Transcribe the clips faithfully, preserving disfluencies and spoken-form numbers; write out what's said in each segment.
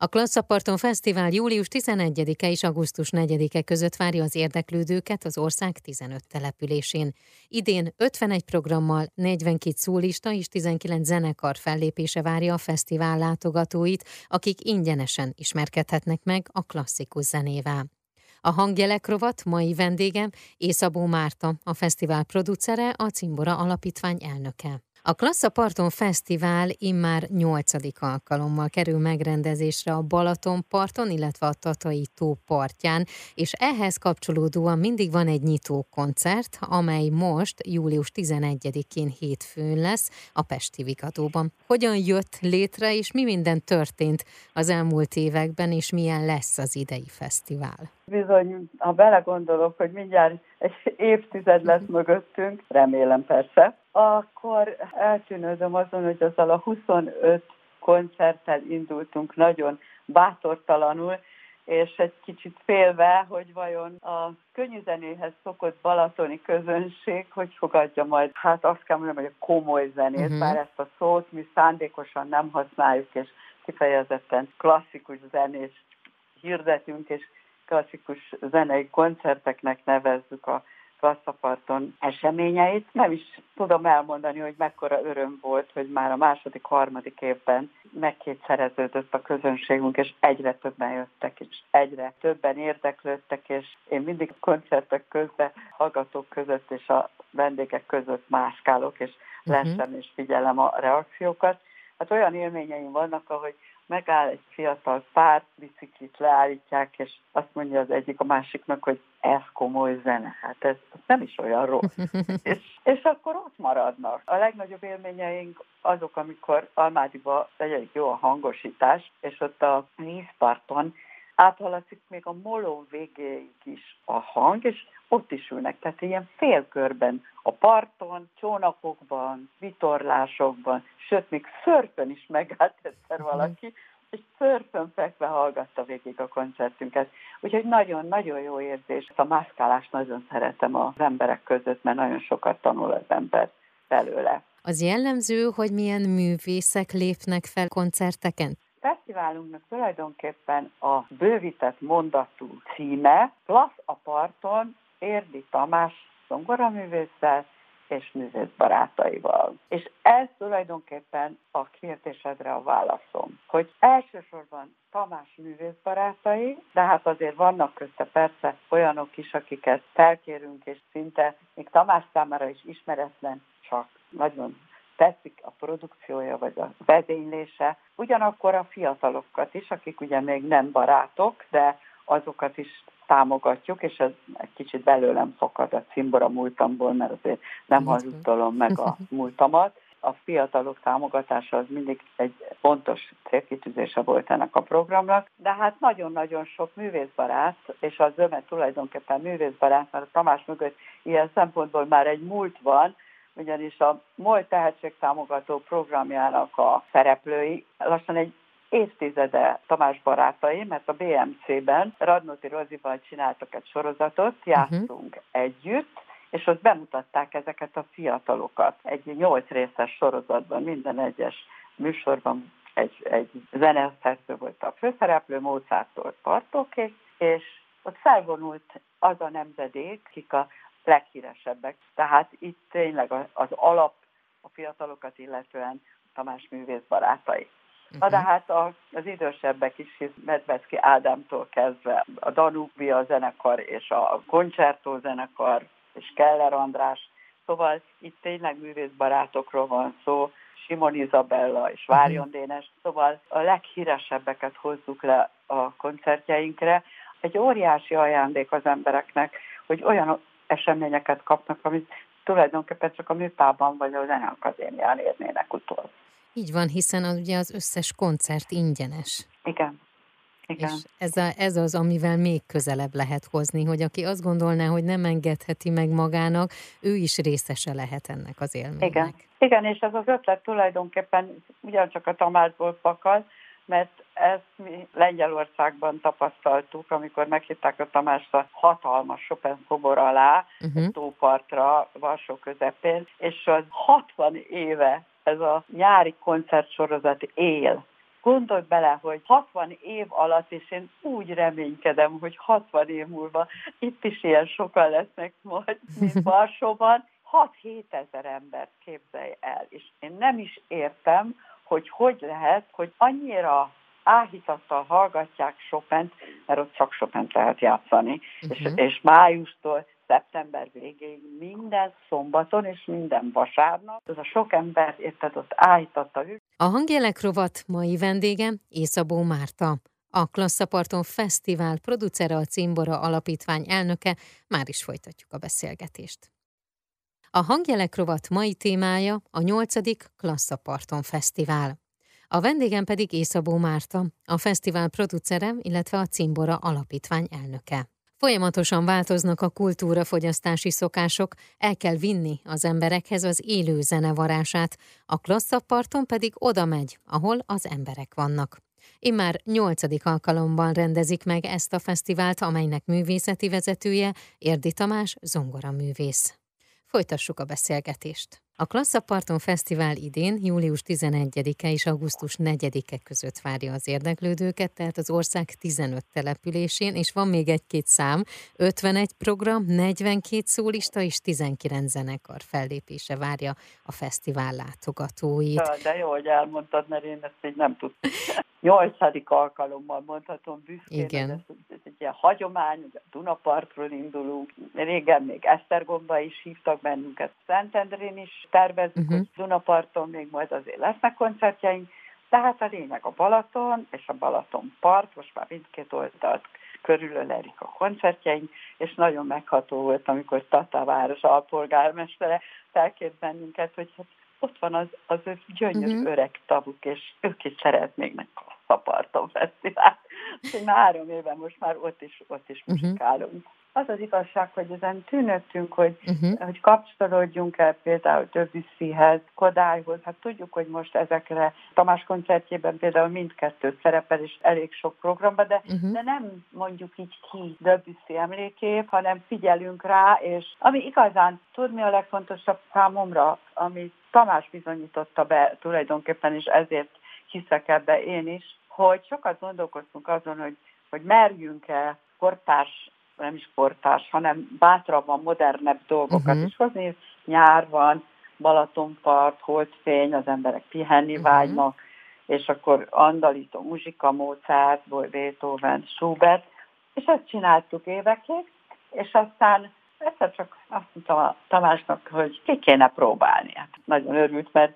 A Klasszaparton Fesztivál július tizenegyedike és augusztus negyedike között várja az érdeklődőket az ország tizenöt településén. Idén ötvenegy programmal, negyvenkét szólista és tizenkilenc zenekar fellépése várja a fesztivál látogatóit, akik ingyenesen ismerkedhetnek meg a klasszikus zenével. A Hangjelek rovat mai vendége Észabó Márta, a fesztivál producere, a Cimbora Alapítvány elnöke. A Klasszaparton Fesztivál immár nyolcadik alkalommal kerül megrendezésre a Balatonparton, illetve a Tatai-tó partján, és ehhez kapcsolódóan mindig van egy nyitó koncert, amely most július tizenegyedikén hétfőn lesz a Pesti Vigadóban. Hogyan jött létre, és mi minden történt az elmúlt években, és milyen lesz az idei fesztivál? Bizony, ha belegondolok, hogy mindjárt egy évtized lesz mögöttünk, remélem persze, akkor eltűnődöm azon, hogy azzal a huszonöt koncerttel indultunk nagyon bátortalanul, és egy kicsit félve, hogy vajon a könnyű zenéhez szokott balatoni közönség, hogy fogadja majd, hát azt kell mondjam, hogy a komoly zenét, uh-huh. bár ezt a szót mi szándékosan nem használjuk, és kifejezetten klasszikus zenét hirdetünk, és klasszikus zenei koncerteknek nevezzük a Klasszaparton eseményeit. Nem is tudom elmondani, hogy mekkora öröm volt, hogy már a második, harmadik évben megkétszereződött a közönségünk, és egyre többen jöttek, és egyre többen érdeklődtek, és én mindig a koncertek közben, hallgatók között és a vendégek között mászkálok, és leszem uh-huh. és figyelem a reakciókat. Hát olyan élményeim vannak, ahogy megáll egy fiatal pár, biciklit leállítják, és azt mondja az egyik a másiknak, hogy ez komoly zene. Hát ez nem is olyan rossz. és, és akkor ott maradnak. A legnagyobb élményeink azok, amikor Almádiba legyen jó a hangosítás, és ott a vízparton áthaladszik még a moló végéig is a hang, és ott is ülnek, tehát ilyen félkörben a parton, csónakokban, vitorlásokban, sőt, még szörfön is megállt egyszer valaki, és szörfön fekve hallgatta végig a koncertünket. Úgyhogy nagyon-nagyon jó érzés. A mászkálást nagyon szeretem az emberek között, mert nagyon sokat tanul az ember belőle. Az jellemző, hogy milyen művészek lépnek fel koncerteken? Fesztiválunknak tulajdonképpen a bővített mondatú címe Klasszaparton Érdi Tamás zongoraművésszel és művészbarátaival. És ez tulajdonképpen a kérdésedre a válaszom, hogy elsősorban Tamás művészbarátai, de hát azért vannak közte persze olyanok is, akiket felkérünk, és szinte még Tamás számára is ismeretlen, csak nagyon tetszik a produkciója vagy a vezénylése. Ugyanakkor a fiatalokat is, akik ugye még nem barátok, de azokat is támogatjuk, és ez egy kicsit belőlem fakad a cimbora múltamból, mert azért nem hazudtolom meg a múltamat. A fiatalok támogatása az mindig egy fontos célkitűzése volt ennek a programnak, de hát nagyon-nagyon sok művészbarát, és a zöme tulajdonképpen művészbarát, mert a Tamás mögött ilyen szempontból már egy múlt van, ugyanis a MOL tehetségtámogató programjának a szereplői lassan egy évtizede Tamás barátai, mert a bé em cé-ben Radnóti Rozival csináltak egy sorozatot, játszunk uh-huh. együtt, és ott bemutatták ezeket a fiatalokat. Egy nyolc részes sorozatban, minden egyes műsorban egy, egy zeneszerző volt a főszereplő, Mozarttól Bartókék, és ott felvonult az a nemzedék, akik a leghíresebbek. Tehát itt tényleg az alap a fiatalokat illetően Tamás művész barátai. Na de hát az idősebbek is, hisz Medvecki Ádámtól kezdve a Danubia zenekar és a Concerto zenekar és Keller András, szóval itt tényleg művészbarátokról van szó, Simon Izabella és Várjon Dénes, szóval a leghíresebbeket hozzuk le a koncertjeinkre. Egy óriási ajándék az embereknek, hogy olyan eseményeket kapnak, amit tulajdonképpen csak a műpában vagy a Zeneakadémián érnének utol. Így van, hiszen az, ugye az összes koncert ingyenes. Igen. Igen. És ez, a, ez az, amivel még közelebb lehet hozni, hogy aki azt gondolná, hogy nem engedheti meg magának, ő is részese lehet ennek az élménynek. Igen, Igen és ez az ötlet tulajdonképpen ugyancsak a Tamásból fakad, mert ezt mi Lengyelországban tapasztaltuk, amikor meghívták a Tamást a hatalmas Chopin szobor alá, uh-huh. tópartra, Varsó közepén, és az hatvan éve ez a nyári koncertsorozat él. gondolj bele, hogy hatvan év alatt, és én úgy reménykedem, hogy hatvan év múlva itt is ilyen sokan lesznek majd, mint Varsóban, hat-hét ezer embert képzelj el. És én nem is értem, hogy hogy lehet, hogy annyira áhítattal hallgatják Chopint, mert ott csak Chopint lehet játszani, uh-huh. és, és májustól szeptember végéig minden szombaton és minden vasárnap. Ez a sok ember, érted, ott áhítattal ül. A Hangjelek rovat mai vendége Észabó Márta, a Klasszaparton Fesztivál producere, a Cimbora Alapítvány elnöke. Már is folytatjuk a beszélgetést. A Hangjelek rovat mai témája a nyolcadik Klasszaparton Fesztivál. A vendégem pedig Észabó Márta, a fesztivál producere, illetve a Cimbora Alapítvány elnöke. Folyamatosan változnak a kultúrafogyasztási szokások, el kell vinni az emberekhez az élő zene varázsát, a Klasszaparton pedig oda megy, ahol az emberek vannak. Immár nyolcadik alkalommal rendezik meg ezt a fesztivált, amelynek művészeti vezetője Érdi Tamás zongoraművész. Folytassuk a beszélgetést. A Klasszaparton Fesztivál idén július tizenegyedike és augusztus negyedike között várja az érdeklődőket, tehát az ország tizenöt településén, és van még egy-két szám, ötvenegy program, negyvenkét szólista és tizenkilenc zenekar fellépése várja a fesztivál látogatóit. Ja, de jó, hogy elmondtad, mert én ezt így nem tudtam. Nyolcadik alkalommal mondhatom büszkén, Igen. ez, ez egy ilyen hagyomány, hogy a Dunapartról indulunk. Régen még Esztergomba is hívtak bennünket, Szentendrén is tervezzük, uh-huh. hogy Dunaparton még majd azért lesznek koncertjeink. Tehát a lényeg a Balaton és a Balatonpart, most már mindkét oldalt körülölelik a koncertjeink, és nagyon megható volt, amikor Tataváros alpolgármestere felkért bennünket, hogy hát ott van az, az ő gyönyörű uh-huh. öreg tavuk, és ők is szeretnének a Klasszaparton Fesztivált. Úgyhogy már három éve most már ott is, ott is uh-huh. muzsikálunk. Az az igazság, hogy ezen tűnöttünk, hogy, uh-huh. hogy kapcsolódjunk el például Debussyhez, Kodályhoz. Hát tudjuk, hogy most ezekre Tamás koncertjében például mindkettő szerepel, és elég sok programban, de, uh-huh. de nem mondjuk így ki Debussy emlékép, hanem figyelünk rá, és ami igazán, tudni a legfontosabb számomra, amit Tamás bizonyította be tulajdonképpen, és ezért hiszek ebbe én is, hogy sokat gondolkoztunk azon, hogy, hogy merjünk-e kortárs, nem is kortárs, hanem bátrabban, modernebb dolgokat uh-huh. is hozni. Nyár van, Balatonpart, holdfény, az emberek pihenni uh-huh. vágynak, és akkor andalító muzsika, Mozart, Beethoven, Schubert, és ezt csináltuk évekig, és aztán egyszer csak azt mondtam a Tamásnak, hogy ki kéne próbálni. Hát nagyon örült, mert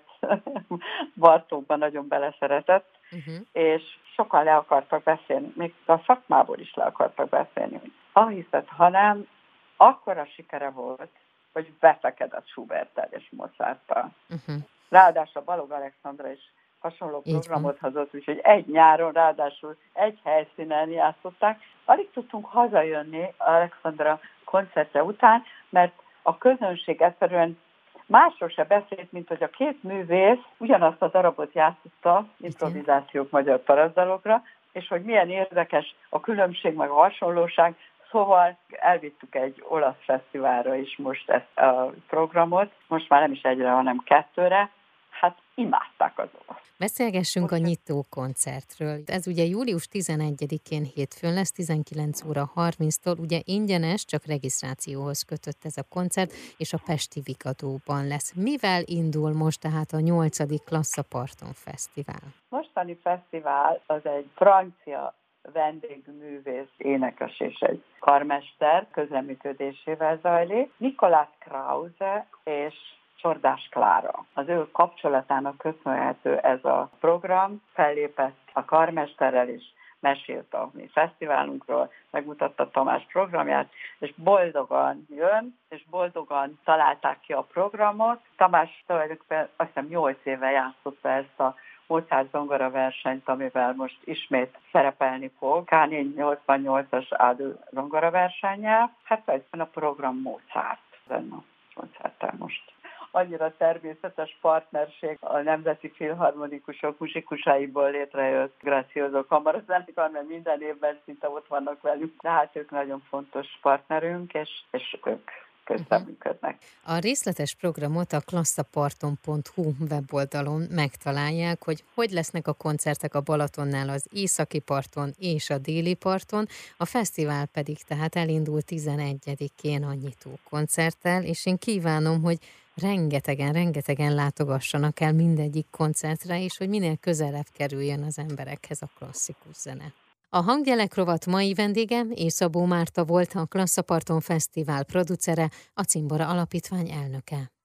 Bartókban nagyon beleszeretett, uh-huh. és sokan le akartak beszélni, még a szakmából is le akartak beszélni. Ha hiszed, ha nem, akkora sikere volt, hogy befekedett Schuberttel és Mozarttal. Uh-huh. Ráadásul Balogh Alexandra is hasonló programot hozott, úgyhogy egy nyáron, ráadásul egy helyszínen játszották. Alig tudtunk hazajönni Alexandra koncertje után, mert a közönség egyszerűen másról se beszélt, mint hogy a két művész ugyanazt a darabot játszotta, improvizációk magyar parasztdalokra, és hogy milyen érdekes a különbség, meg a hasonlóság. Szóval elvittük egy olasz fesztiválra is most ezt a programot, most már nem is egyre, hanem kettőre. Hát imádták az olasz. Beszélgessünk a nyitó koncertről. Ez ugye július tizenegyedikén hétfőn lesz, tizenkilenc óra harminctól, ugye ingyenes, csak regisztrációhoz kötött ez a koncert, és a Pesti Vigadóban lesz. Mivel indul most tehát a nyolcadik Klasszaparton Fesztivál? Mostani fesztivál az egy francia vendégművész, énekes és egy karmester közreműködésével zajlik. Nicolas Krause és Csordás Klára. Az ő kapcsolatának köszönhető ez a program. Fellépett a karmesterrel is, mesélt a mi fesztiválunkról, megmutatta Tamás programját, és boldogan jön, és boldogan találták ki a programot. Tamás tulajdonképpen azt hiszem nyolc éve játszotta ezt a Mozart zongora versenyt, amivel most ismét szerepelni fog. ká négy nyolcvannyolcas Ádő zongora versennyel. Hát ez a program Mozart lenne a koncerttel most. Annyira természetes partnerség a Nemzeti Filharmonikusok muzsikusaiból létrejött Gracioso kamarazenekar, mert minden évben szinte ott vannak velük. De hát ők nagyon fontos partnerünk, és, és ők közreműködnek. A részletes programot a klasszaparton pont hu weboldalon megtalálják, hogy hogy lesznek a koncertek a Balatonnál, az északi parton és a déli parton, a fesztivál pedig tehát elindul tizenegyedikén a nyitó koncerttel, és én kívánom, hogy rengetegen, rengetegen látogassanak el mindegyik koncertre, és hogy minél közelebb kerüljön az emberekhez a klasszikus zene. A Hangjelek rovat mai vendége Észabó Márta volt, a Klasszaparton Fesztivál producere, a Cimbora Alapítvány elnöke.